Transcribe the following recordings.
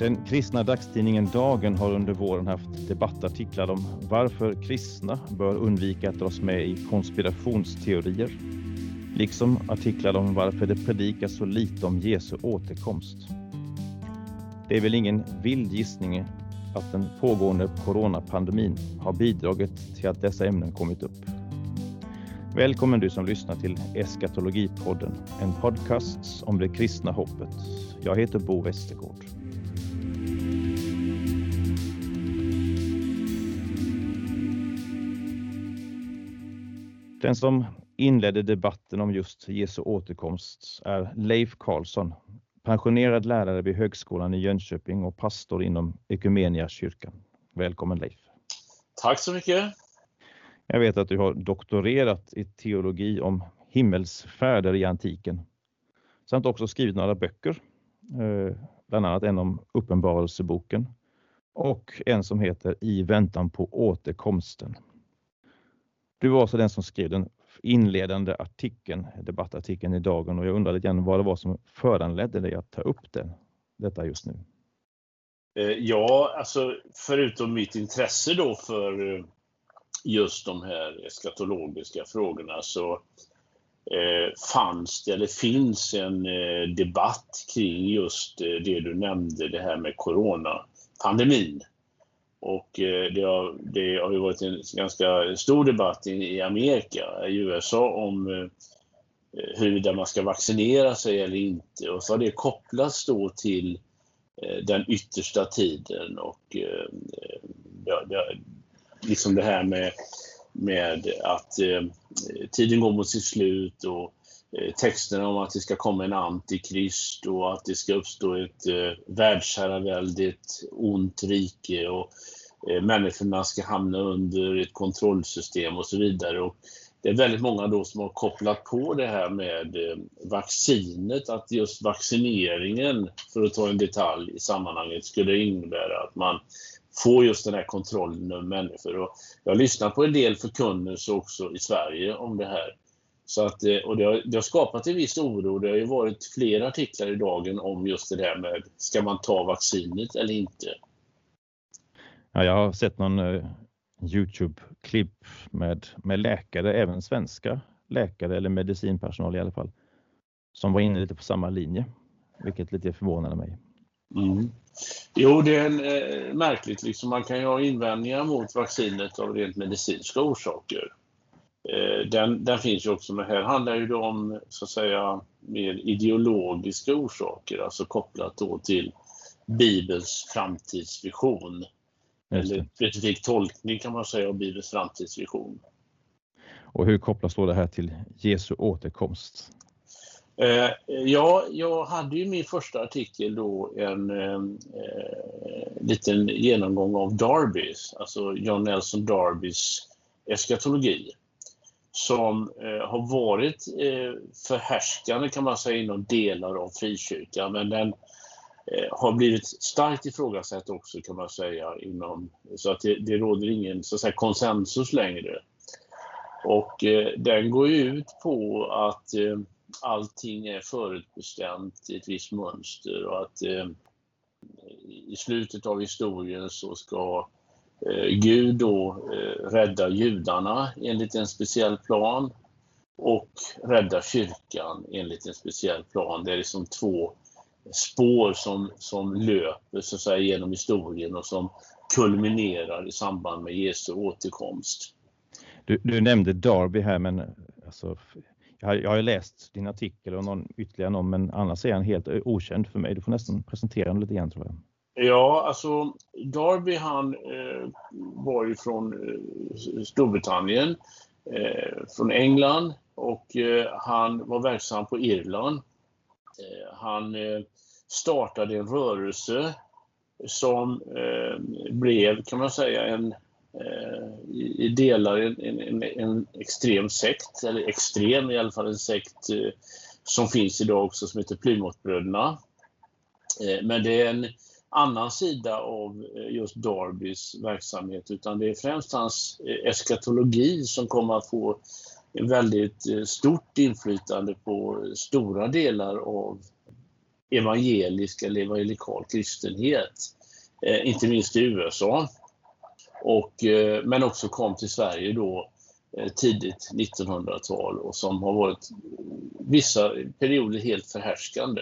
Den kristna dagstidningen Dagen har under våren haft debattartiklar om varför kristna bör undvika att dras med i konspirationsteorier. Liksom artiklar om varför det predikas så lite om Jesu återkomst. Det är väl ingen vild gissning att den pågående coronapandemin har bidragit till att dessa ämnen kommit upp. Välkommen du som lyssnar till Eskatologipodden, en podcast om det kristna hoppet. Jag heter Bo Westergård. Den som inledde debatten om just Jesu återkomst är Leif Karlsson, pensionerad lärare vid Högskolan i Jönköping och pastor inom Ekumeniakyrkan. Välkommen Leif. Tack så mycket. Jag vet att du har doktorerat i teologi om himmelsfärder i antiken. Samt också skrivit några böcker, bland annat en om Uppenbarelseboken och en som heter I väntan på återkomsten. Du var alltså den som skrev den inledande debattartikeln i Dagen, och jag undrar lite grann vad det var som föranledde dig att ta upp detta just nu. Ja, alltså förutom mitt intresse då för just de här eskatologiska frågorna så finns en debatt kring just det du nämnde, det här med coronapandemin. Och det har ju varit en ganska stor debatt i Amerika, i USA, om huruvida man ska vaccinera sig eller inte. Och så har det kopplats då till den yttersta tiden och liksom det här med att tiden går mot sitt slut och texterna om att det ska komma en antikrist och att det ska uppstå ett världsherraväldigt ont rike och människorna ska hamna under ett kontrollsystem och så vidare. Och det är väldigt många då som har kopplat på det här med vaccinet, att just vaccineringen, för att ta en detalj i sammanhanget, skulle innebära att man får just den här kontrollen över människor. Och jag har lyssnat på en del förkunnelse också i Sverige om det här. Så att, och det har skapat en viss oro. Det har ju varit flera artiklar i Dagen om just det här med, ska man ta vaccinet eller inte? Ja, jag har sett någon YouTube-klipp med läkare, även svenska läkare eller medicinpersonal i alla fall, som var inne lite på samma linje, vilket lite förvånade mig. Mm. Jo, det är märkligt. Liksom, man kan ju ha invändningar mot vaccinet av rent medicinska orsaker. Den finns ju också, men här handlar ju om, så att säga, mer ideologiska orsaker, alltså kopplat då till Bibelns framtidsvision. Eller specifik tolkning kan man säga av Bibelns framtidsvision. Och hur kopplas då det här till Jesu återkomst? Ja, jag hade ju min första artikel då en liten genomgång av Darbys, alltså John Nelson Darbys eskatologi, som har varit förhärskande kan man säga inom delar av frikyrkan, men den har blivit starkt ifrågasatt också kan man säga inom, så att det råder ingen så att säga konsensus längre. Och den går ju ut på att allting är förutbestämt i ett visst mönster och att i slutet av historien så ska Gud då rädda judarna enligt en speciell plan och rädda kyrkan enligt en speciell plan. Det är liksom två spår som löper så att säga genom historien och som kulminerar i samband med Jesu återkomst. Du nämnde Darby här, men alltså, jag har ju läst din artikel och ytterligare någon, men annars är han helt okänd för mig. Du får nästan presentera honom lite grann, tror jag. Ja, alltså Darby han var ju från Storbritannien, från England, och han var verksam på Irland. Han startade en rörelse som blev, kan man säga, i delar en extrem sekt, eller extrem i alla fall, en sekt som finns idag också som heter Plymouthbröderna. Men det är en annan sida av just Darbys verksamhet, utan det är främst hans eskatologi som kommer att få en väldigt stort inflytande på stora delar av evangelisk eller evangelikal kristenhet. Inte minst i USA. Men också kom till Sverige då tidigt 1900-tal och som har varit vissa perioder helt förhärskande.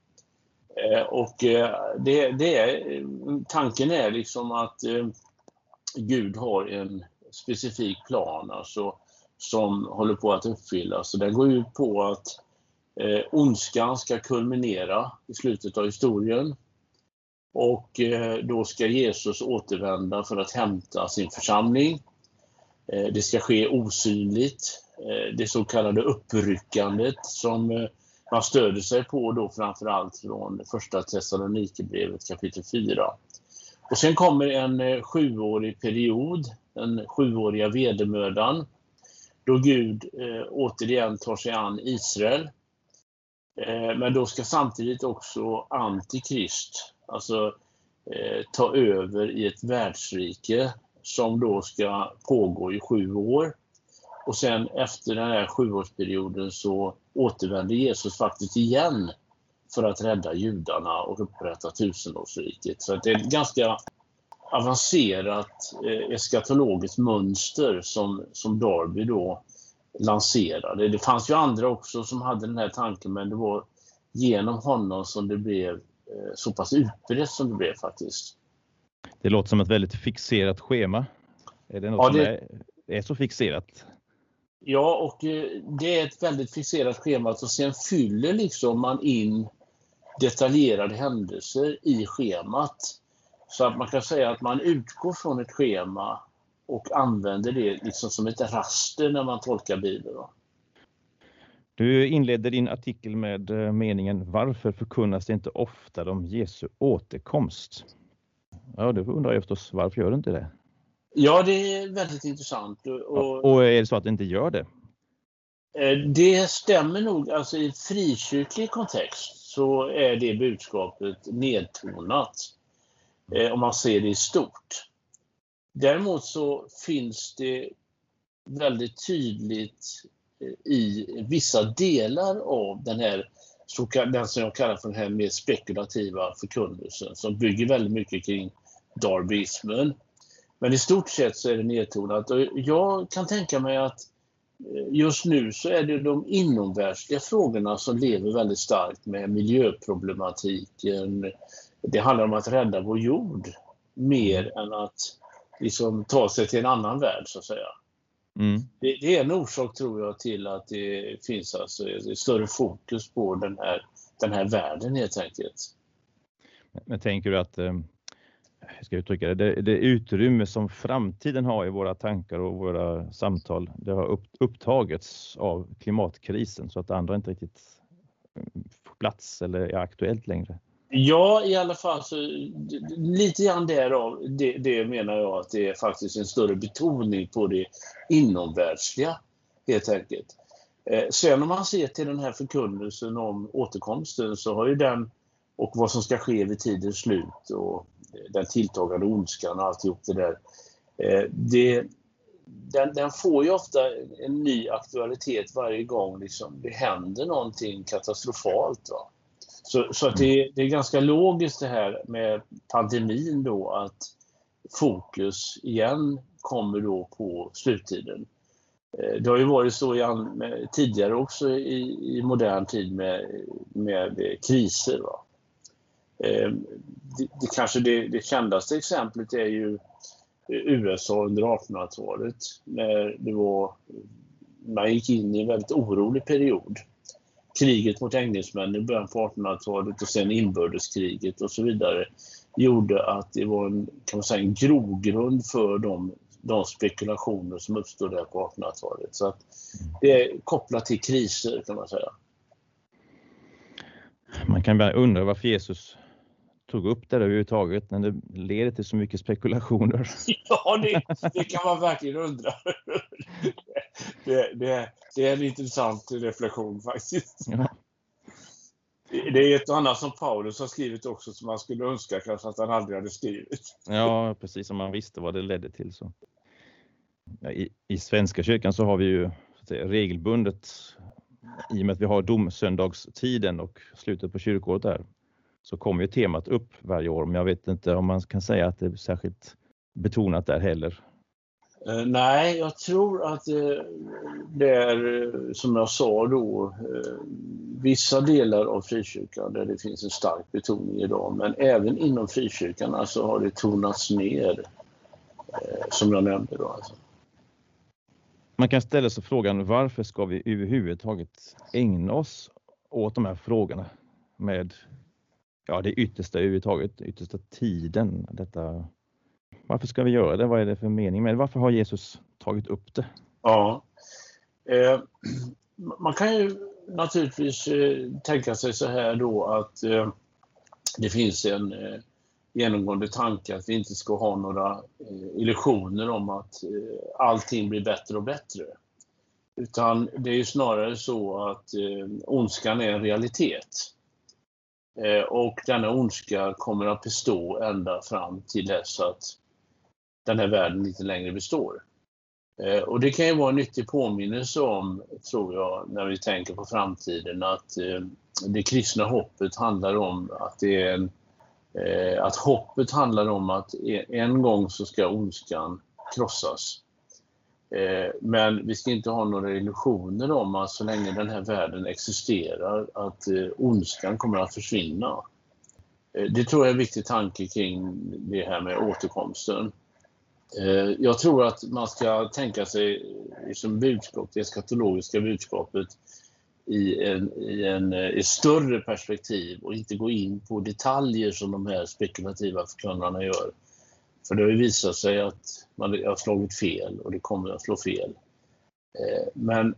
Tanken är liksom att Gud har en specifik plan alltså, som håller på att uppfyllas. Så den går ut på att ondskan ska kulminera i slutet av historien. Och då ska Jesus återvända för att hämta sin församling. Det ska ske osynligt. Det så kallade uppryckandet som man stöder sig på då framförallt från första Thessalonikerbrevet kapitel 4. Och sen kommer en 7-årig period, den 7-åriga vedermödan, då Gud återigen tar sig an Israel. Men då ska samtidigt också Antikrist, alltså ta över i ett världsrike som då ska pågå i 7 år. Och sen efter den här 7-årsperioden så återvänder Jesus faktiskt igen för att rädda judarna och upprätta tusenårsriket. Så det är ett ganska avancerat eskatologiskt mönster som Darby då lanserade. Det fanns ju andra också som hade den här tanken, men det var genom honom som det blev så pass utbrett som det blev faktiskt. Det låter som ett väldigt fixerat schema. Är det något som är så fixerat? Ja, och det är ett väldigt fixerat schema och sen fyller liksom man in detaljerade händelser i schemat. Så att man kan säga att man utgår från ett schema och använder det liksom som ett raster när man tolkar Bibeln. Du inledde din artikel med meningen "Varför förkunnas det inte ofta om Jesu återkomst?" Ja, det undrar jag förstås, varför gör det inte det? Ja, det är väldigt intressant. Och är det så att det inte gör det? Det stämmer nog. Alltså i frikyrklig kontext så är det budskapet nedtonat. Om man ser det i stort. Däremot så finns det väldigt tydligt i vissa delar av den som jag kallar för den här mer spekulativa förkunnelsen som bygger väldigt mycket kring darbyismen. Men i stort sett så är det nedtonat. Och jag kan tänka mig att just nu så är det de inomvärldsliga frågorna som lever väldigt starkt med miljöproblematiken. Det handlar om att rädda vår jord mer än att liksom ta sig till en annan värld så att säga. Mm. Det är en orsak tror jag till att det finns alltså ett större fokus på den här världen helt enkelt. Men tänker du att ska jag uttrycka det utrymme som framtiden har i våra tankar och våra samtal, det har upptagits av klimatkrisen så att andra inte riktigt får plats eller är aktuellt längre? Ja, i alla fall så lite grann därav, det menar jag att det är faktiskt en större betoning på det inomvärldsliga helt enkelt. Sen om man ser till den här förkunnelsen om återkomsten så har ju den och vad som ska ske vid tidens slut och den tilltagande ondskan och alltihop det där. Den får ju ofta en ny aktualitet varje gång liksom det händer någonting katastrofalt. Va? Så att det är ganska logiskt det här med pandemin då att fokus igen kommer då på sluttiden. Det har ju varit så tidigare också i modern tid med kriser. Va? Kanske det kändaste exemplet är ju USA under 1800-talet när man gick in i en väldigt orolig period. Kriget mot engelsmännen i början på 1800-talet och sen inbördeskriget och så vidare gjorde att det var en grogrund för de spekulationer som uppstod där på 1800-talet. Så att det är kopplat till kriser kan man säga. Man kan bara undra varför Jesus tog upp det överhuvudtaget när det leder till så mycket spekulationer. Ja, det kan man verkligen undra. Det är en intressant reflektion faktiskt. Ja. Det är ett och annat som Paulus har skrivit också som man skulle önska kanske att han aldrig hade skrivit. Ja, precis som man visste vad det ledde till. Så. Ja, i Svenska kyrkan så har vi ju regelbundet i och med att vi har domsöndagstiden och slutet på kyrkåret där, så kommer ju temat upp varje år. Men jag vet inte om man kan säga att det är särskilt betonat där heller. Nej, jag tror att det är, som jag sa då, vissa delar av frikyrkan där det finns en stark betoning idag. Men även inom frikyrkan alltså har det tonats ner, som jag nämnde då. Alltså. Man kan ställa sig frågan, varför ska vi överhuvudtaget ägna oss åt de här frågorna med det yttersta överhuvudtaget, yttersta tiden. Varför ska vi göra det? Vad är det för mening med det? Varför har Jesus tagit upp det? Ja, man kan ju naturligtvis tänka sig så här då att det finns en genomgående tanke att vi inte ska ha några illusioner om att allting blir bättre och bättre. Utan det är ju snarare så att ondskan är en realitet. Och denna ondska kommer att bestå ända fram till dess att den här världen inte längre består. Och det kan ju vara en nyttig påminnelse om, tror jag, när vi tänker på framtiden, att det kristna hoppet handlar om att att hoppet handlar om att en gång så ska ondskan krossas. Men vi ska inte ha några illusioner om att så länge den här världen existerar att ondskan kommer att försvinna. Det tror jag är en viktig tanke kring det här med återkomsten. Jag tror att man ska tänka sig som budskap, det eskatologiska budskapet i ett större perspektiv och inte gå in på detaljer som de här spekulativa förkunnarna gör. För det har ju visat sig att man har slagit fel och det kommer att slå fel. Men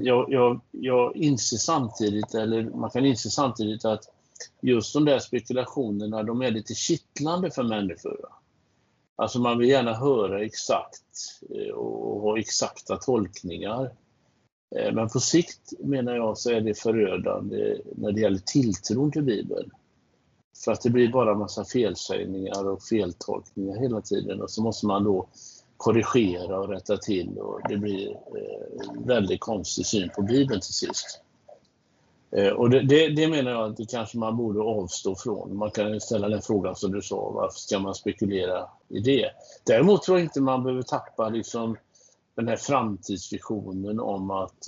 jag inser samtidigt, eller man kan inse samtidigt att just de där spekulationerna, de är lite kittlande för människor. Alltså man vill gärna höra exakt och ha exakta tolkningar. Men på sikt menar jag så är det förödande när det gäller tilltron till Bibeln. För att det blir bara en massa felsägningar och feltolkningar hela tiden. Och så måste man då korrigera och rätta till. Och det blir väldigt konstig syn på Bibeln till sist. Och det menar jag att det kanske man borde avstå från. Man kan ställa den frågan som du sa, varför ska man spekulera i det? Däremot tror jag inte man behöver tappa liksom den här framtidsvisionen om att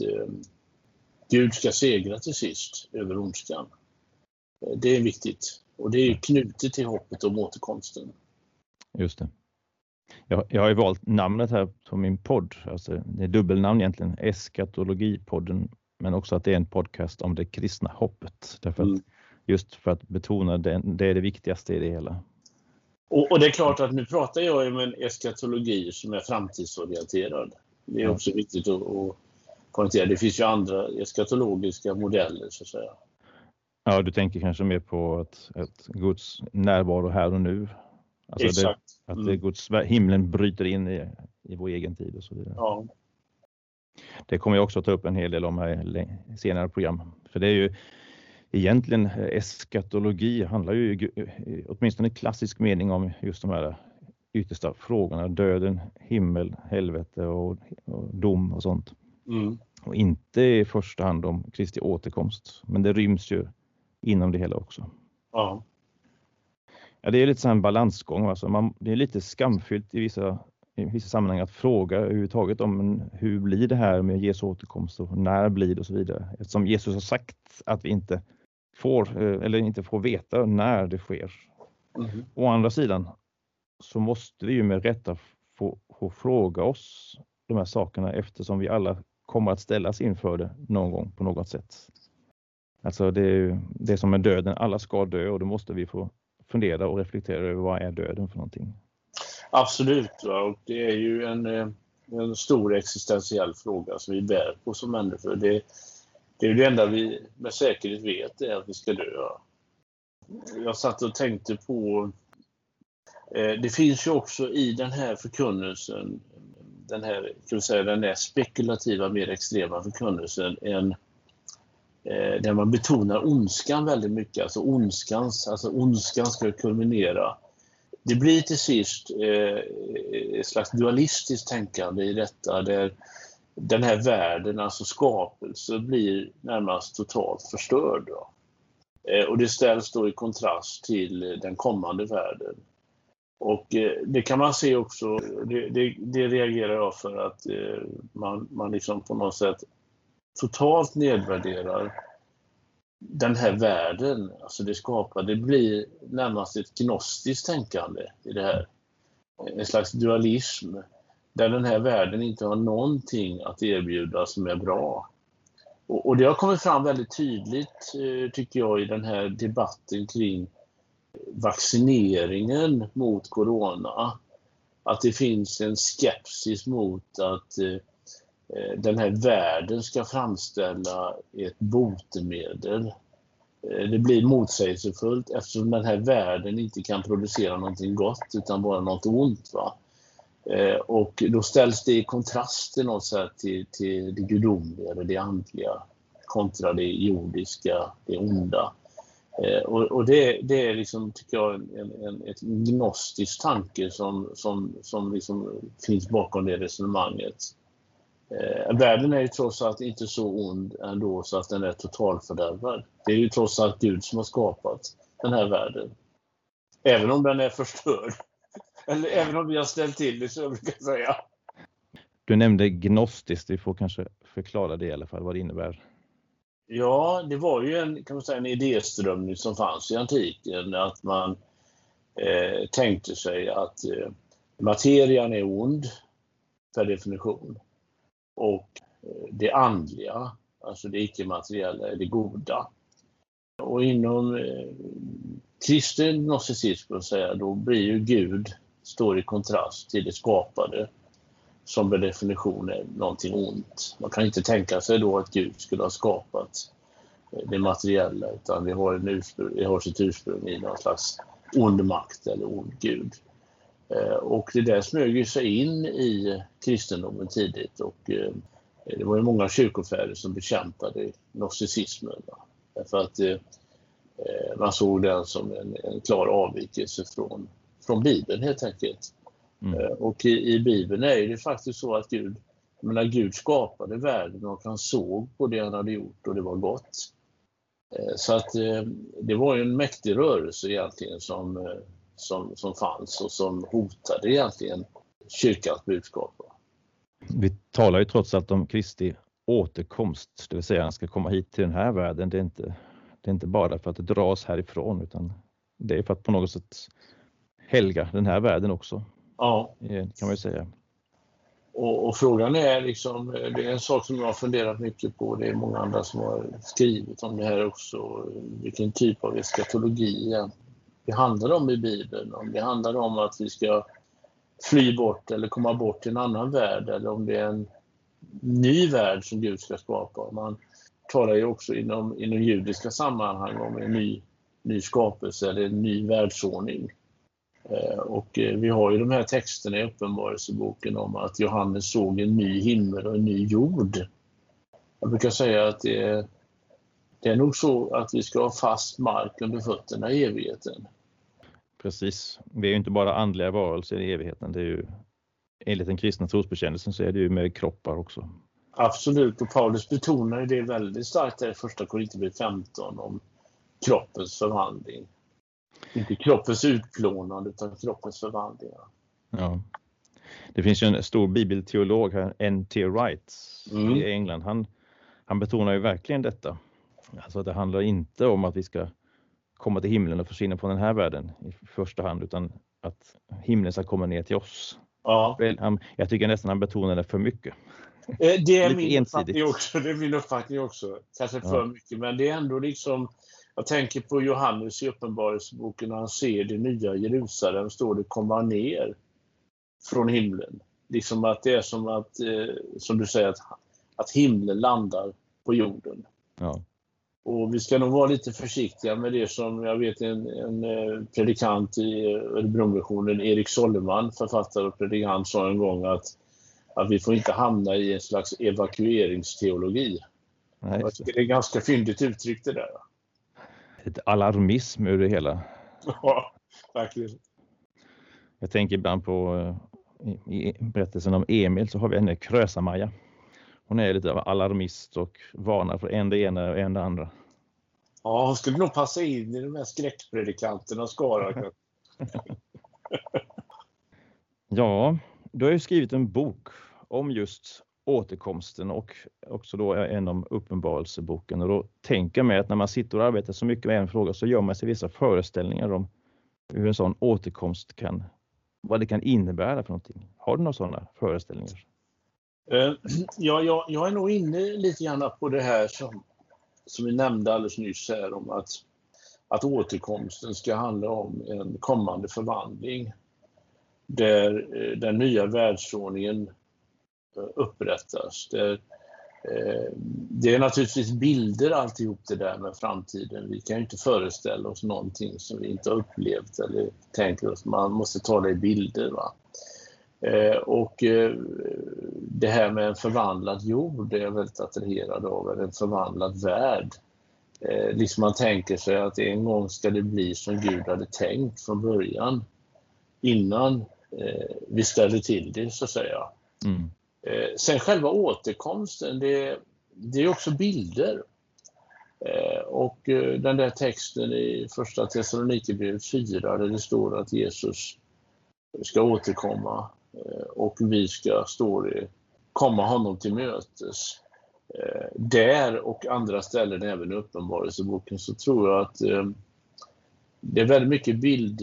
Gud ska segra till sist över ondskan. Det är viktigt. Och det är knutet till hoppet om återkomsten. Just det. Jag har ju valt namnet här på min podd. Alltså, det är dubbelnamn egentligen. Eskatologipodden. Men också att det är en podcast om det kristna hoppet. Därför att, just för att betona det är det viktigaste i det hela. Och det är klart att nu pratar jag om en eskatologi som är framtidsorienterad. Det är också viktigt att poängtera. Det finns ju andra eskatologiska modeller så att säga. Ja, du tänker kanske mer på att Guds närvaro här och nu. Alltså exakt. Det Guds himlen bryter in i vår egen tid och så vidare. Ja. Det kommer jag också att ta upp en hel del om här i senare program. För det är ju egentligen eskatologi handlar ju åtminstone i klassisk mening om just de här yttersta frågorna. Döden, himmel, helvete och dom och sånt. Mm. Och inte i första hand om Kristi återkomst. Men det ryms ju inom det hela också. Ja. Ja, det är lite så en balansgång. Alltså det är lite skamfyllt i vissa sammanhang att fråga överhuvudtaget om hur blir det här med Jesu återkomst och när blir det och så vidare. Eftersom Jesus har sagt att vi inte får veta när det sker. Mm. Å andra sidan så måste vi ju med rätta få fråga oss de här sakerna eftersom vi alla kommer att ställas inför det någon gång på något sätt. Alltså det är ju det som är döden. Alla ska dö och då måste vi få fundera och reflektera över vad är döden för någonting. Absolut, och det är ju en stor existentiell fråga som vi bär på som människor. Det är ju det enda vi med säkerhet vet är att vi ska dö. Jag satt och tänkte på, det finns ju också i den här förkunnelsen, den här spekulativa, mer extrema förkunnelsen, där man betonar ondskan väldigt mycket. Alltså ondskan ska kulminera. Det blir till sist ett slags dualistiskt tänkande i detta där den här världen, alltså skapelse, blir närmast totalt förstörd. Då. Och det ställs då i kontrast till den kommande världen. Och det kan man se också, det reagerar jag för att man liksom på något sätt totalt nedvärderar den här världen, alltså det blir närmast ett gnostiskt tänkande i det här. En slags dualism där den här världen inte har någonting att erbjuda som är bra. Och det har kommit fram väldigt tydligt, tycker jag, i den här debatten kring vaccineringen mot corona. Att det finns en skepsis mot att den här världen ska framställa ett botemedel. Det blir motsägelsefullt eftersom den här världen inte kan producera någonting gott utan bara något ont. Va? Och då ställs det i kontrast till något sätt till det gudomliga, det andliga kontra det jordiska, det onda. Och det är liksom, tycker jag, ett gnostisk tanke som liksom finns bakom det resonemanget. Världen är ju trots allt inte så ond ändå så att den är totalfördärvad. Det är ju trots allt Gud som har skapat den här världen. Även om den är förstörd. Eller även om vi har ställt till det, så jag brukar säga. Du nämnde gnostiskt, vi får kanske förklara det i alla fall, vad det innebär. Ja, det var ju en idéströmning som fanns i antiken, att man tänkte sig att materian är ond per definition och det andliga, alltså det icke-materiella, är det goda. Och inom kristen gnosticism, då blir ju Gud, står i kontrast till det skapade, som per definition är någonting ont. Man kan inte tänka sig då att Gud skulle ha skapat det materiella, utan vi har sitt ursprung i någon slags ond makt eller ond Gud. Och det där smög sig in i kristendomen tidigt, och det var ju många kyrkofäder som bekämpade gnosticismen. Därför att man såg den som en klar avvikelse från Bibeln helt enkelt. Och i Bibeln är det faktiskt så att Gud skapade världen och han såg på det han hade gjort och det var gott. Så att det var ju en mäktig rörelse egentligen som fanns och som hotade egentligen kyrkans budskap. Vi talar ju trots allt om Kristi återkomst, det vill säga han ska komma hit till den här världen. Det är inte bara för att dra oss härifrån, utan det är för att på något sätt helga den här världen också. Ja. Kan man ju säga. Och frågan är liksom, det är en sak som jag har funderat mycket på, det är många andra som har skrivit om det här också, vilken typ av eskatologi det handlar om i Bibeln. Om det handlar om att vi ska fly bort eller komma bort till en annan värld, eller om det är en ny värld som Gud ska skapa. Man talar ju också inom judiska sammanhang om en ny skapelse eller en ny världsordning. Och vi har ju de här texterna i Uppenbarelseboken om att Johannes såg en ny himmel och en ny jord. Jag brukar säga att det är nog så att vi ska ha fast mark under fötterna i evigheten. Precis. Vi är ju inte bara andliga varelser i evigheten. Det är ju, enligt den kristna trosbekännelsen, så är det ju med kroppar också. Absolut, och Paulus betonar det väldigt starkt i första Korinthierbrevet 15 om kroppens förvandling. Inte kroppens utplånande utan kroppens förvandling. Ja. Det finns ju en stor bibelteolog här, N.T. Wright i England. Han betonar ju verkligen detta. Alltså det handlar inte om att vi ska komma till himlen och försvinna från den här världen i första hand, utan att himlen ska komma ner till oss. Ja. Jag tycker nästan han betonar det för mycket. Det är min uppfattning också. Kanske för mycket, men det är ändå liksom, jag tänker på Johannes i Uppenbarelseboken, när han ser det nya Jerusalem, står det komma ner från himlen. Liksom att det är som att, som du säger, att himlen landar på jorden. Ja. Och vi ska nog vara lite försiktiga med det som, jag vet en predikant i Örebromissionen, Erik Solleman, författare och predikant, sa en gång att vi får inte hamna i en slags evakueringsteologi. Nej, jag tycker det är ganska fyndigt uttryckt det där. Ett alarmism ur det hela. Ja, verkligen. Jag tänker ibland på i berättelsen om Emil, så har vi en Krösa-Maja. Hon är lite av alarmist och varnar för en det ena och en det andra. Ja, hon skulle nog passa in i de här skräckpredikanterna skara. Ja, du har ju skrivit en bok om just återkomsten och också då en om uppenbarelseboken. Och då tänker jag mig att när man sitter och arbetar så mycket med en fråga så gör man sig vissa föreställningar om hur en sån återkomst vad det kan innebära för någonting. Har du några sådana föreställningar? Ja, jag är nog inne lite grann på det här som vi nämnde alldeles nyss här om att återkomsten ska handla om en kommande förvandling där den nya världsordningen upprättas. Det är naturligtvis bilder alltihop det där med framtiden. Vi kan ju inte föreställa oss någonting som vi inte har upplevt eller tänker oss. Man måste ta det i bilder, va? Och det här med en förvandlad jord, det är jag väldigt attraherad av, en förvandlad värld. Liksom man tänker sig att en gång ska det bli som Gud hade tänkt från början, innan vi ställer till det, så att säga. Mm. Sen själva återkomsten, det är också bilder. Och den där texten i första Thessalonikerbrevet 4 där det står att Jesus ska återkomma och vi ska komma honom till mötes. Där och andra ställen, även i Uppenbarelseboken, så tror jag att det är väldigt mycket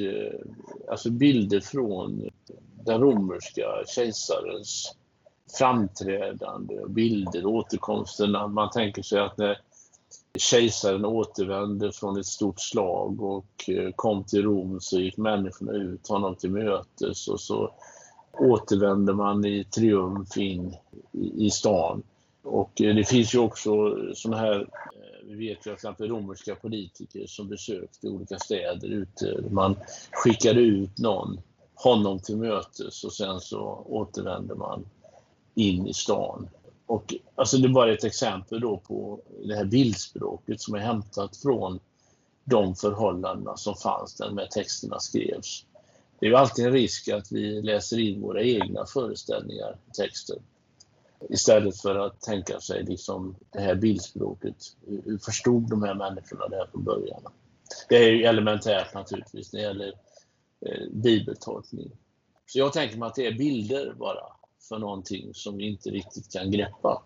bilder från den romerska kejsarens framträdande, bilder, återkomsten. Man tänker sig att när kejsaren återvände från ett stort slag och kom till Rom så gick människorna ut honom till mötes och så återvände man i triumf in i stan. Och det finns ju också såna här, vi vet ju till exempel romerska politiker som besökte olika städer ute. Man skickade ut honom till mötes och sen så återvände man in i stan. Och alltså det är bara ett exempel då på det här bildspråket som är hämtat från de förhållandena som fanns där med texterna skrevs. Det är ju alltid en risk att vi läser in våra egna föreställningar i texten istället för att tänka sig liksom det här bildspråket. Hur förstod de här människorna det här från början? Det är ju elementärt naturligtvis när det gäller bibeltolkning. Så jag tänker mig att det är bilder bara för någonting som vi inte riktigt kan greppa.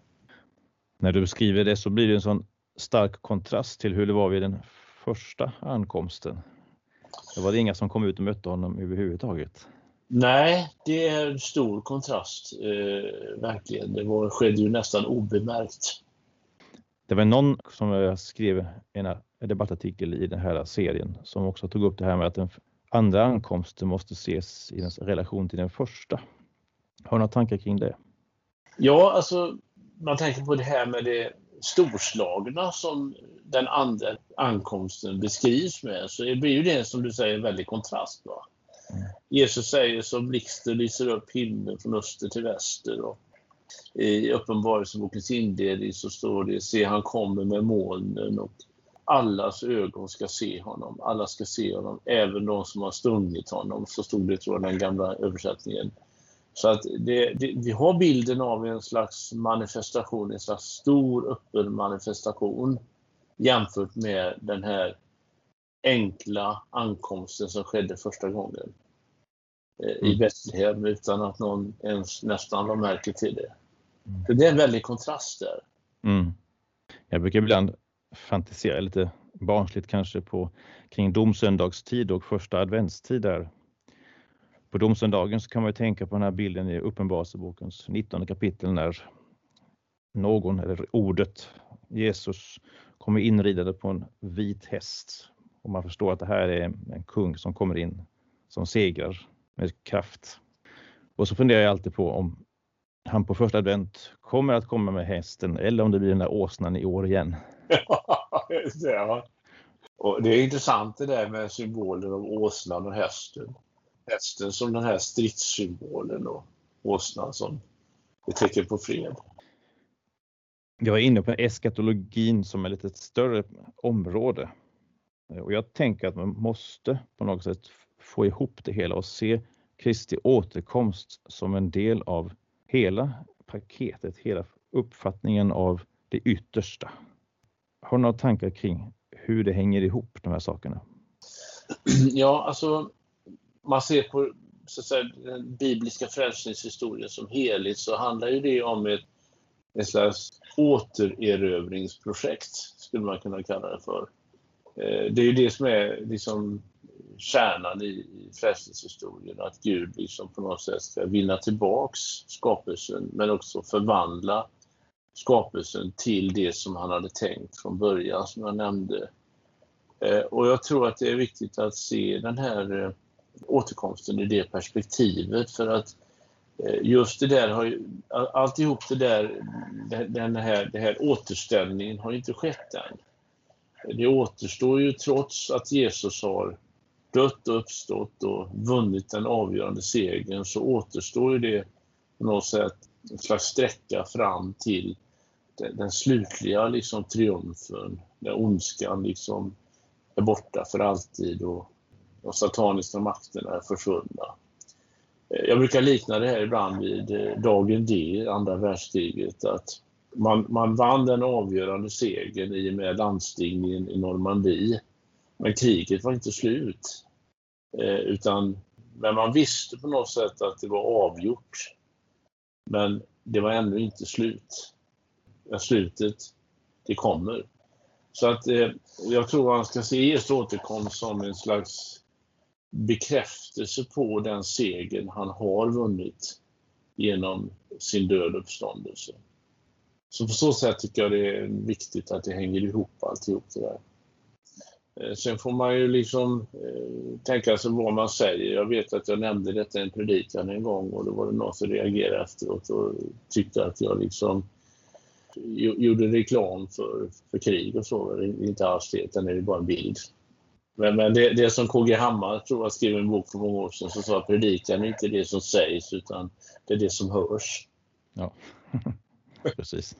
När du skriver det så blir det en sån stark kontrast till hur det var vid den första ankomsten. Det var inga som kom ut och mötte honom överhuvudtaget. Nej, det är en stor kontrast, verkligen. Det skedde ju nästan obemärkt. Det var någon som skrev en debattartikel i den här serien som också tog upp det här med att den andra ankomsten måste ses i relation till den första. Har du några tankar kring det? Ja, alltså man tänker på det här med det storslagna som den andra ankomsten beskrivs med, så det blir ju det som du säger en väldig kontrast, va? Jesus säger så blixten lyser upp himlen från öster till väster, och i Uppenbarelsebokens inledning så står det: se, han kommer med molnen och allas ögon ska se honom. Alla ska se honom, även de som har stungit honom. Så stod det, tror jag, den gamla översättningen. Så att vi har bilden av en slags manifestation, en slags stor öppen manifestation jämfört med den här enkla ankomsten som skedde första gången i Betlehem utan att någon ens nästan var märke till det. Så det är en väldig kontrast där. Mm. Jag brukar ibland fantisera lite barnsligt kanske kring domsöndagstid och första adventstid där. På domsöndagen så kan man ju tänka på den här bilden i Uppenbarelsebokens 19 kapitel när någon, eller ordet Jesus, kommer inridande på en vit häst. Och man förstår att det här är en kung som kommer in som segrar med kraft. Och så funderar jag alltid på om han på första advent kommer att komma med hästen eller om det blir den där åsnan i år igen. Ja. Och det är intressant det där med symboler av åsnan och hästen. Hästen som den här stridssymbolen och åsnan som ett tecken på fred. Jag är inne på eskatologin som är lite ett större område. Och jag tänker att man måste på något sätt få ihop det hela och se Kristi återkomst som en del av hela paketet, hela uppfattningen av det yttersta. Har du några tankar kring hur det hänger ihop, de här sakerna? Ja, alltså man ser på så att säga, den bibliska frälsningshistorien som helhet, så handlar ju det om ett slags återerövringsprojekt, skulle man kunna kalla det för. Det är ju det som är liksom kärnan i frälsningshistorien, att Gud liksom på något sätt ska vinna tillbaks skapelsen, men också förvandla skapelsen till det som han hade tänkt från början, som jag nämnde. Och jag tror att det är viktigt att se den här återkomsten i det perspektivet, för att just det där har ju, alltihop det där, det här återställningen har inte skett än. Det återstår ju, trots att Jesus har dött och uppstått och vunnit den avgörande segern, så återstår ju det på något sätt en slags sträcka fram till den slutliga liksom triumfen, där ondskan liksom är borta för alltid och sataniska makterna är försvunna. Jag brukar likna det här ibland vid dagen D, andra världskriget, att man vann den avgörande segern i och med landstigningen i Normandie, men kriget var inte slut. Men man visste på något sätt att det var avgjort, men det var ännu inte slut. Slutet, det kommer. Så att jag tror man ska se Jesu återkomst som en slags bekräftelse på den segern han har vunnit genom sin död uppståndelse. Så på så sätt tycker jag det är viktigt att det hänger ihop alltihop det där. Sen får man ju liksom tänka sig vad man säger. Jag vet att jag nämnde detta i en predikan en gång, och då var det någon som reagerade efteråt och tyckte att jag liksom gjorde reklam för krig och så. Det är inte alls det, utan det är bara en bild. Men det som KG Hammar, tror jag, skrev en bok för många år sedan, så sa att predikan är inte det som sägs, utan det är det som hörs. Ja, precis.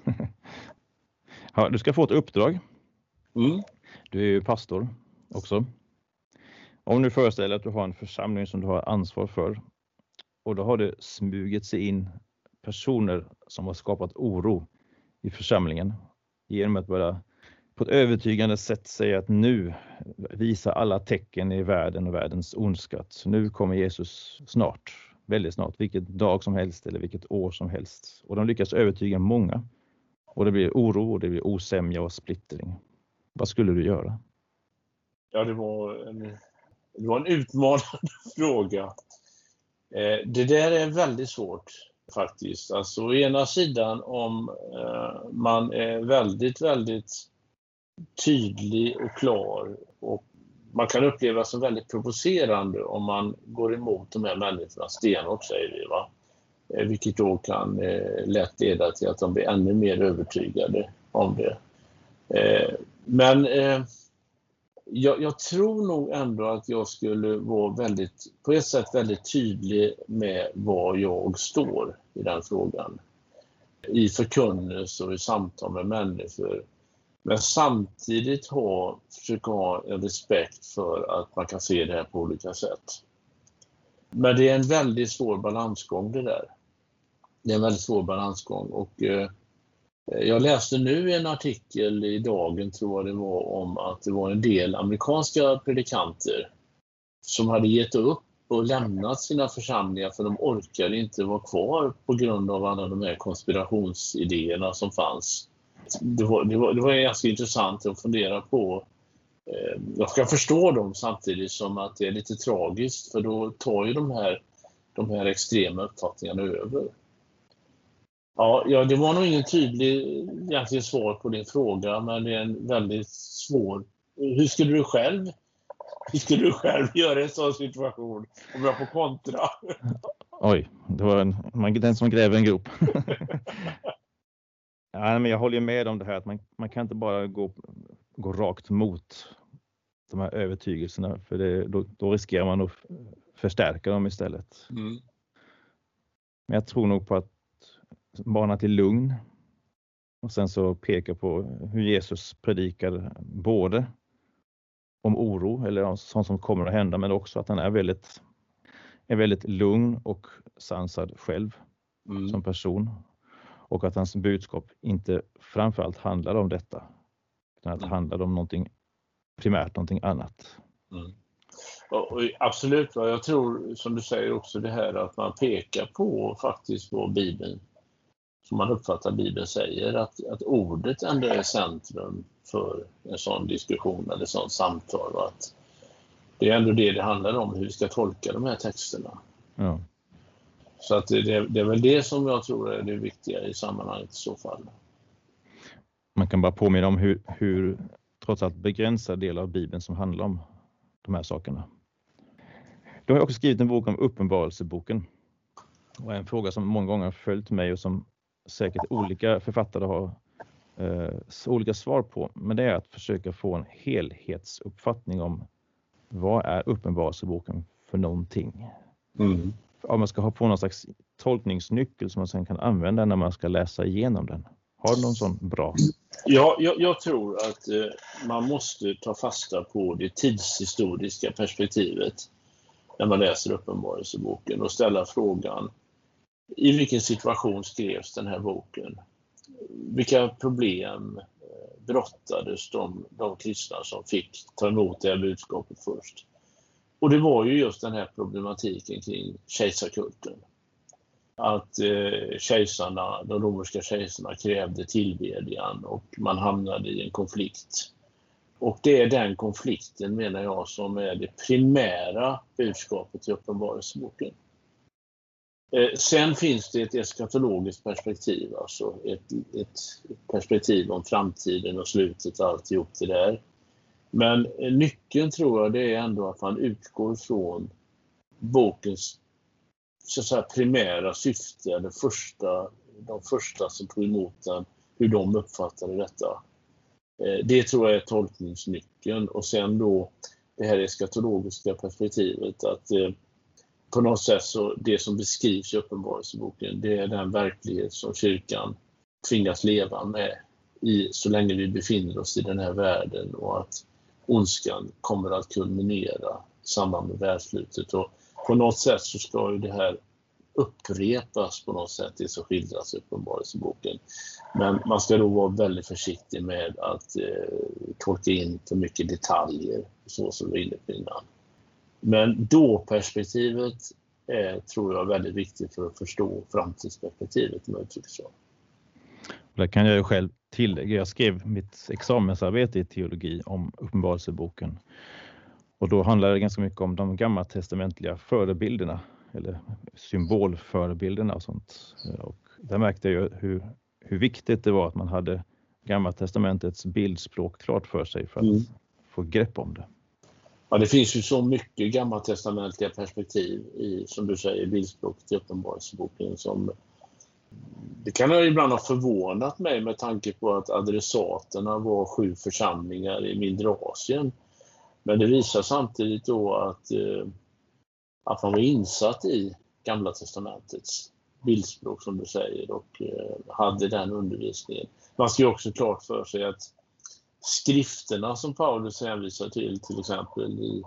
Ja, du ska få ett uppdrag. Du är ju pastor också. Om du föreställer att du har en församling som du har ansvar för, och då har det smugit sig in personer som har skapat oro i församlingen genom att bara på ett övertygande sätt säga att nu visar alla tecken i världen och världens ondska. Nu kommer Jesus snart, väldigt snart, vilket dag som helst eller vilket år som helst. Och de lyckas övertyga många. Och det blir oro och det blir osämja och splittring. Vad skulle du göra? Ja, det var en utmanande fråga. Det där är väldigt svårt faktiskt. Alltså å ena sidan, om man är väldigt, väldigt tydlig och klar, och man kan uppleva som väldigt provocerande om man går emot de här människorna stenhårt, säger vi, va? Vilket då kan lätt leda till att de blir ännu mer övertygade om det. Men jag tror nog ändå att jag skulle vara på ett sätt väldigt tydlig med var jag står i den frågan. I förkunnelse och i samtal med människor. Men samtidigt försöka ha en respekt för att man kan se det här på olika sätt. Men det är en väldigt svår balansgång det där. Det är en väldigt svår balansgång, och jag läste nu en artikel i Dagen, tror jag det var, om att det var en del amerikanska predikanter som hade gett upp och lämnat sina församlingar för de orkade inte vara kvar på grund av alla de här konspirationsidéerna som fanns. Det var ganska intressant att fundera på. Jag ska förstå dem, samtidigt som att det är lite tragiskt, för då tar ju de här extrema uppfattningarna över. Ja, det var nog ingen tydlig egentligen svar på din fråga, men det är en väldigt svår. Hur skulle du själv göra i en sån situation, om jag får kontra? Oj, det var den som gräver en grop. Ja, men jag håller med om det här att man kan inte bara gå rakt mot de här övertygelserna, för då riskerar man att förstärka dem istället. Men jag tror nog på att mana till lugn, och sen så peka på hur Jesus predikar både om oro eller om sånt som kommer att hända, men också att han är väldigt lugn och sansad själv som person. och att hans budskap inte framförallt handlar om detta, utan att det handlar om primärt någonting annat. Mm. Och absolut, jag tror som du säger också det här att man pekar på faktiskt vad Bibeln, som man uppfattar Bibeln säger, att ordet ändå är centrum för en sån diskussion eller sån samtal, och att det är ändå det handlar om, hur vi ska tolka de här texterna. Ja. Så att det är väl det som jag tror är det viktiga i sammanhanget i så fall. Man kan bara påminna om hur trots allt begränsad del av Bibeln som handlar om de här sakerna. Du har också skrivit en bok om Uppenbarelseboken. Och en fråga som många gånger har följt mig och som säkert olika författare har olika svar på. Men det är att försöka få en helhetsuppfattning om vad är Uppenbarelseboken för någonting. Mm. Om man ska få någon slags tolkningsnyckel som man sen kan använda när man ska läsa igenom den. Har du någon sån bra? Ja, jag tror att man måste ta fasta på det tidshistoriska perspektivet när man läser Uppenbarelseboken och ställa frågan: i vilken situation skrevs den här boken? Vilka problem brottades de kristna som fick ta emot det här budskapet först? Och det var ju just den här problematiken kring kejsarkulten. Att de romerska kejsarna krävde tillbedjan och man hamnade i en konflikt. Och det är den konflikten, menar jag, som är det primära budskapet i Uppenbarelseboken. Sen finns det ett eskatologiskt perspektiv, alltså ett perspektiv om framtiden och slutet och alltihop det där. Men nyckeln tror jag det är ändå att man utgår från bokens så att säga primära syfte, eller de första som tog emot den, hur de uppfattade detta. Det tror jag är tolkningsnyckeln. Och sen då det här eskatologiska perspektivet, att på något sätt så det som beskrivs i Uppenbarelseboken, det är den verklighet som kyrkan tvingas leva med så länge vi befinner oss i den här världen, och att ondskan kommer att kulminera i samband med världsslutet. Och på något sätt så ska ju det här upprepas på något sätt, det som skildras i Uppenbarelseboken. Men man ska då vara väldigt försiktig med att tolka in för mycket detaljer, så som vi är inne på innan. Men då perspektivet är, tror jag, väldigt viktigt för att förstå framtidsperspektivet, om jag uttrycker så. Det kan jag ju själv tillägga. Jag skrev mitt examensarbete i teologi om Uppenbarelseboken. Och då handlar det ganska mycket om de gammaltestamentliga förebilderna, eller symbolförebilderna och sånt. Och där märkte jag ju hur viktigt det var att man hade gammaltestamentets bildspråk klart för sig för att få grepp om det. Ja, det finns ju så mycket gammaltestamentliga perspektiv i, som du säger, bildspråket i Uppenbarelseboken, som det kan jag ibland ha förvånat mig med tanke på att adressaterna var 7 församlingar i mindre Asien. Men det visar samtidigt då att man var insatt i Gamla testamentets bildspråk, som du säger, och hade den undervisningen. Man ska ju också klart för sig att skrifterna som Paulus hänvisar till exempel i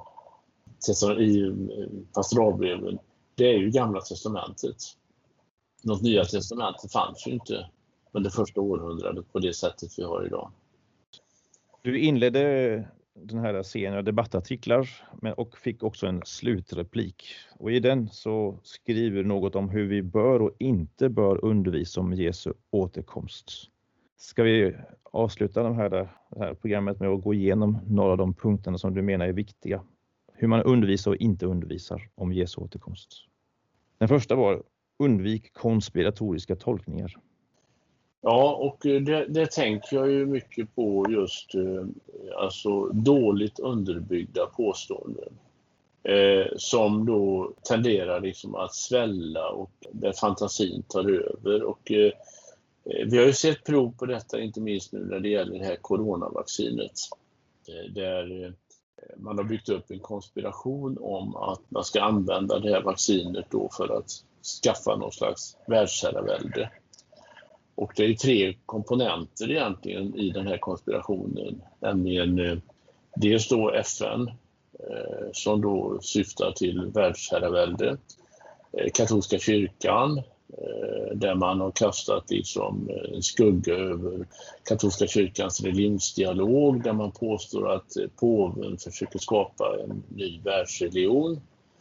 pastoralbreven, det är ju Gamla testamentet. Något Nya testamentet fanns ju inte under första århundradet på det sättet vi har idag. Du inledde den här serien av debattartiklar och fick också en slutreplik. Och i den så skriver du något om hur vi bör och inte bör undervisa om Jesu återkomst. Ska vi avsluta det här programmet med att gå igenom några av de punkterna som du menar är viktiga? Hur man undervisar och inte undervisar om Jesu återkomst. Den första var: undvik konspiratoriska tolkningar. Ja, och det tänker jag ju mycket på, just alltså dåligt underbyggda påståenden som då tenderar liksom att svälla och där fantasin tar över. Och vi har ju sett prov på detta, inte minst nu när det gäller det här coronavaccinet, där man har byggt upp en konspiration om att man ska använda det här vaccinet då för att skaffa någon slags världsherravälde. Och det är 3 komponenter egentligen i den här konspirationen, nämligen dels då FN som då syftar till världsherravälde, katolska kyrkan, där man har kastat liksom en skugga över katolska kyrkans religionsdialog, där man påstår att påven försöker skapa en ny världsreligion.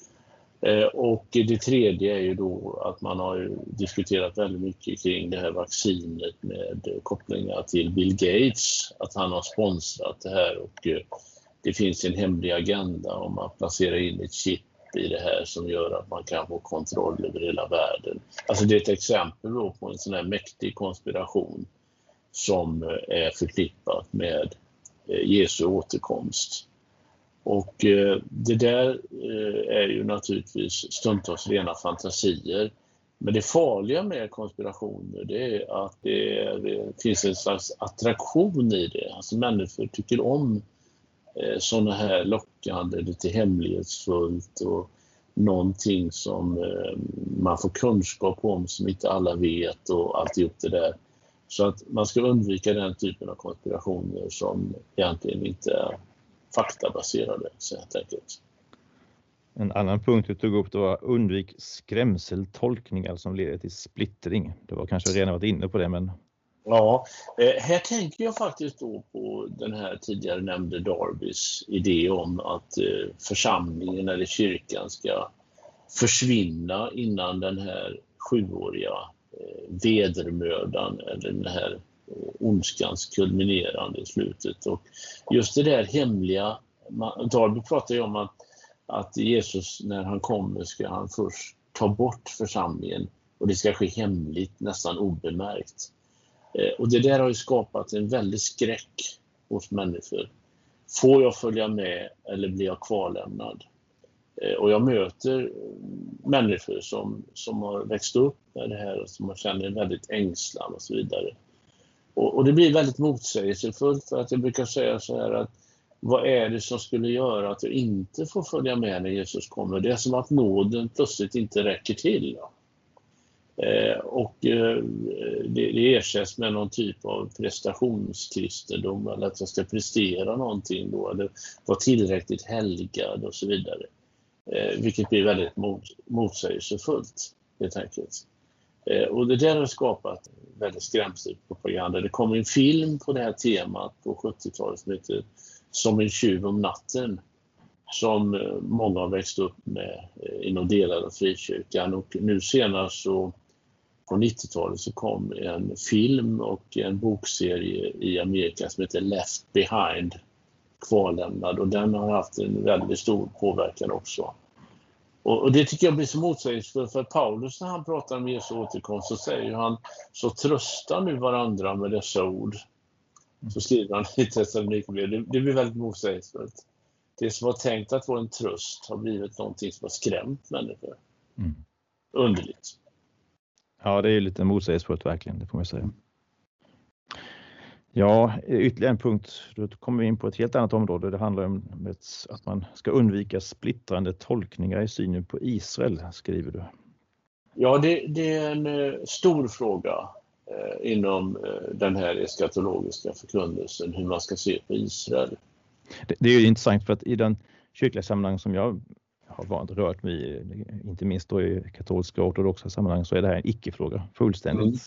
Och det tredje är ju då att man har diskuterat väldigt mycket kring det här vaccinet med kopplingar till Bill Gates, att han har sponsrat det här och det finns en hemlig agenda om att placera in ett chip i det här som gör att man kan få kontroll över hela världen. Alltså det är ett exempel då på en sån här mäktig konspiration som är förknippat med Jesu återkomst. Och det där är ju naturligtvis stundtals rena fantasier. Men det farliga med konspirationer, det är att det finns en slags attraktion i det. Alltså människor tycker om sådana här lockande, lite hemlighetsfullt och någonting som man får kunskap om som inte alla vet och alltihop det där. Så att man ska undvika den typen av konspirationer som egentligen inte är faktabaserade, så helt enkelt. En annan punkt du tog upp, det var undvik skrämseltolkningar som leder till splittring. Det var kanske redan varit inne på det, men... Ja, här tänker jag faktiskt då på den här tidigare nämnde Darbys idé om att församlingen eller kyrkan ska försvinna innan den här 7-åriga vedermödan eller den här ondskans kulminerande i slutet. Och just det där hemliga, Darby pratar ju om att Jesus när han kommer ska han först ta bort församlingen och det ska ske hemligt, nästan obemärkt. Och det där har ju skapat en väldig skräck hos människor. Får jag följa med eller blir jag kvarlämnad? Och jag möter människor som har växt upp med det här och som känner en väldigt ängslan och så vidare. Och det blir väldigt motsägelsefullt, för att jag brukar säga så här att vad är det som skulle göra att jag inte får följa med när Jesus kommer? Det är som att nåden plötsligt inte räcker till. Och det ersätts med någon typ av prestationskristendom, eller att jag ska prestera någonting då, eller vara tillräckligt helgad och så vidare. Vilket blir väldigt motsägelsefullt helt enkelt. Och det där har skapat väldigt skrämselpropaganda. Det kom en film på det här temat på 70-talet som heter Som en tjuv om natten, som många har växt upp med inom delar av frikyrkan. Och nu senast så på 90-talet så kom en film och en bokserie i Amerika som heter Left Behind, kvarlämnad, och den har haft en väldigt stor påverkan också. Och det tycker jag blir så motsägelsefullt, för Paulus när han pratar om Jesu återkomst så säger han så tröstar nu varandra med dessa ord. Så skriver han i Thessalonikerbrevet. Det blir väldigt motsägelsefullt. Det som var tänkt att vara en tröst har blivit någonting som har skrämt människor. Underligt. Ja, det är ju lite motsägelsefullt verkligen, det får man säga. Ja, ytterligare en punkt. Då kommer vi in på ett helt annat område. Det handlar om att man ska undvika splittrande tolkningar i synen på Israel, skriver du. Ja, det är en stor fråga inom den här eskatologiska förkunnelsen, hur man ska se på Israel. Det är ju intressant, för att i den kyrkliga sammanhang som jag har rört mig i, inte minst då i katolska och ortodoxa sammanhang, så är det här en icke-fråga, fullständigt.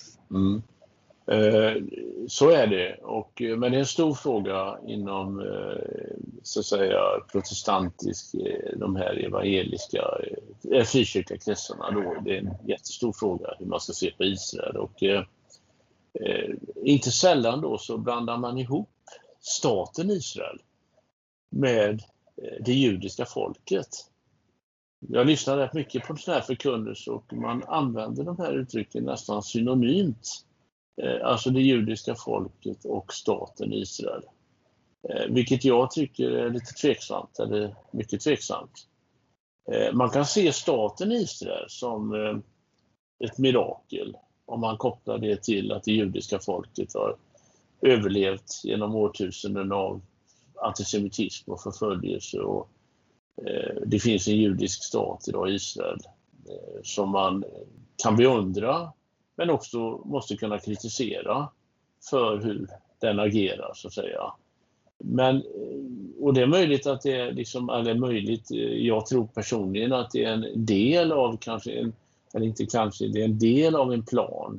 Så är det, men det är en stor fråga inom så att säga protestantisk, de här evangeliska frikyrkliga kretsarna då. Det är en jättestor fråga hur man ska se på Israel, och inte sällan då så blandar man ihop staten Israel med det judiska folket. Jag lyssnar rätt mycket på sån här förkunnelse och man använder de här uttrycken nästan synonymt. Alltså det judiska folket och staten Israel. Vilket jag tycker är lite tveksamt, eller mycket tveksamt. Man kan se staten Israel som ett mirakel om man kopplar det till att det judiska folket har överlevt genom årtusenden av antisemitism och förföljelse, och det finns en judisk stat idag, Israel, som man kan beundra men också måste kunna kritisera för hur den agerar, så att säga. Men, och det är möjligt att det är liksom, eller möjligt, jag tror personligen att det är en del av kanske en eller inte kanske, det är en del av en plan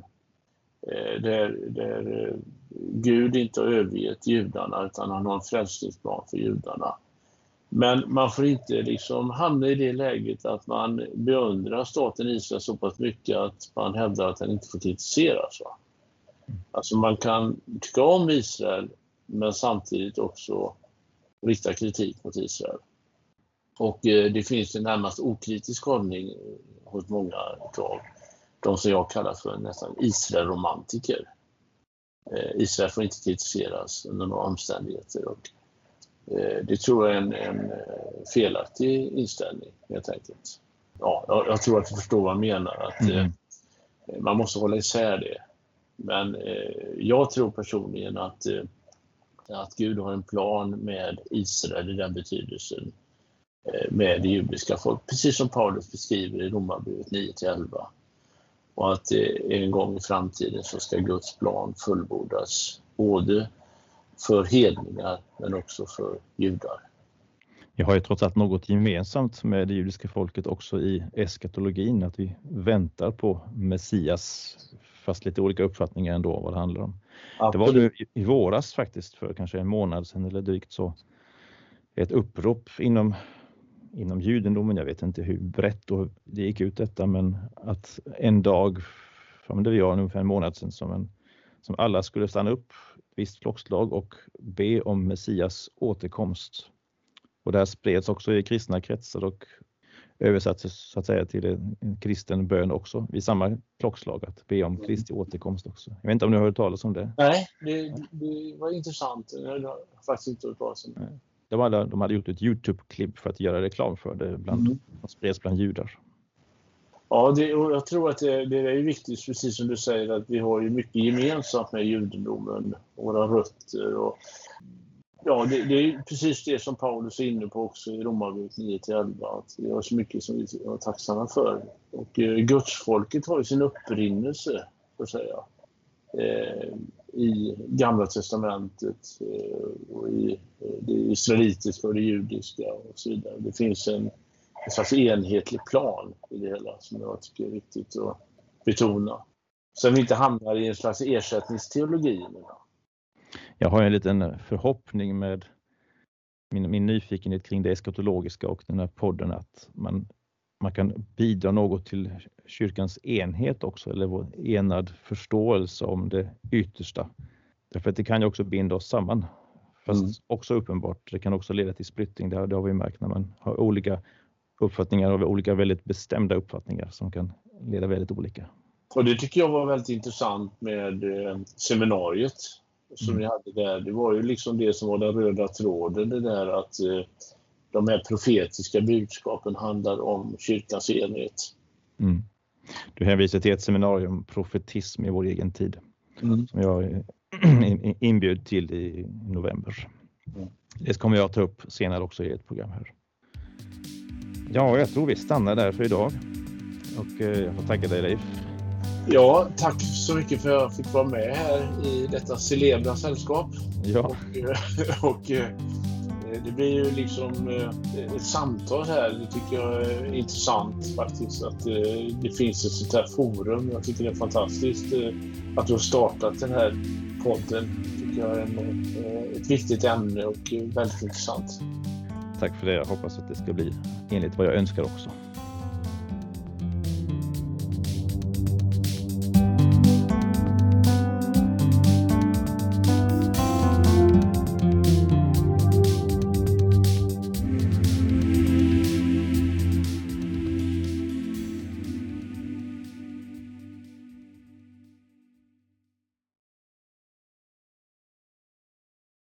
där Gud inte har övergett judarna utan han har en frälsningsplan för judarna. Men man får inte liksom hamna i det läget att man beundrar staten Israel så pass mycket att man hävdar att den inte får kritiseras. Va? Alltså man kan tycka om Israel men samtidigt också rikta kritik mot Israel. Och det finns en närmast okritisk hållning hos många av de som jag kallar för nästan Israel-romantiker. Israel får inte kritiseras under några omständigheter. Och det tror jag är en felaktig inställning helt enkelt. Ja, jag tror att du förstår vad jag menar. Att man måste hålla isär det. Men jag tror personligen att Gud har en plan med Israel i den betydelsen. Med det judiska folk. Precis som Paulus beskriver i Romarbrevet 9-11. Och att en gång i framtiden så ska Guds plan fullbordas. Både för hedningar men också för judar. Vi har ju trots allt något gemensamt med det judiska folket också i eskatologin. Att vi väntar på Messias, fast lite olika uppfattningar ändå vad det handlar om. Absolut. Det var nu i våras faktiskt, för kanske en månad sedan eller drygt så. Ett upprop inom judendomen, jag vet inte hur brett och det gick ut detta, men att en dag, det var ungefär en månad sedan som alla skulle stanna upp, visst flockslag och be om Messias återkomst. Och det här spreds också i kristna kretsar och översattes så att säga till en kristen bön också vid samma klockslag, att be om Kristi återkomst också. Jag vet inte om ni har hört talas om det? Nej, det var intressant. Jag har faktiskt inte hört talas om det. De hade gjort ett YouTube-klipp för att göra reklam för det som spreds bland judar. Ja, och jag tror att det är viktigt, precis som du säger, att vi har ju mycket gemensamt med judendomen, våra rötter. Och, ja, det är precis det som Paulus är inne på också i Romarbrevet 9-11, att vi har så mycket som vi är tacksamma för. Och Gudsfolket har ju sin upprinnelse, för att säga. I Gamla testamentet och i det israelitiska och det judiska och så vidare. Det finns en slags enhetlig plan i det hela som jag tycker är viktigt att betona. Så vi inte hamnar i en slags ersättningsteologi. Jag har en liten förhoppning med min nyfikenhet kring det eskatologiska och den här podden, att man kan bidra något till kyrkans enhet också, eller vår enad förståelse om det yttersta. Därför att det kan ju också binda oss samman. Fast också uppenbart, det kan också leda till splittring. Det har vi märkt när man har olika uppfattningar och olika väldigt bestämda uppfattningar som kan leda väldigt olika. Och det tycker jag var väldigt intressant med seminariet som ni hade där. Det var ju liksom det som var den röda tråden, det där att de här profetiska budskapen handlar om kyrkans enhet. Du hänvisar till ett seminarium, profetism i vår egen tid, som jag inbjöd till i november. Det kommer jag att ta upp senare också i ett program här. Ja, jag tror vi stannar där för idag. Och jag får tacka dig, Leif. Ja, tack så mycket för att jag fick vara med här i detta celebra sällskap. Ja. Och det blir ju liksom ett samtal här. Det tycker jag är intressant faktiskt, att det finns ett sånt här forum. Jag tycker det är fantastiskt att du har startat den här podden. Det tycker jag är ett viktigt ämne och väldigt intressant. Tack för det. Jag hoppas att det ska bli enligt vad jag önskar också.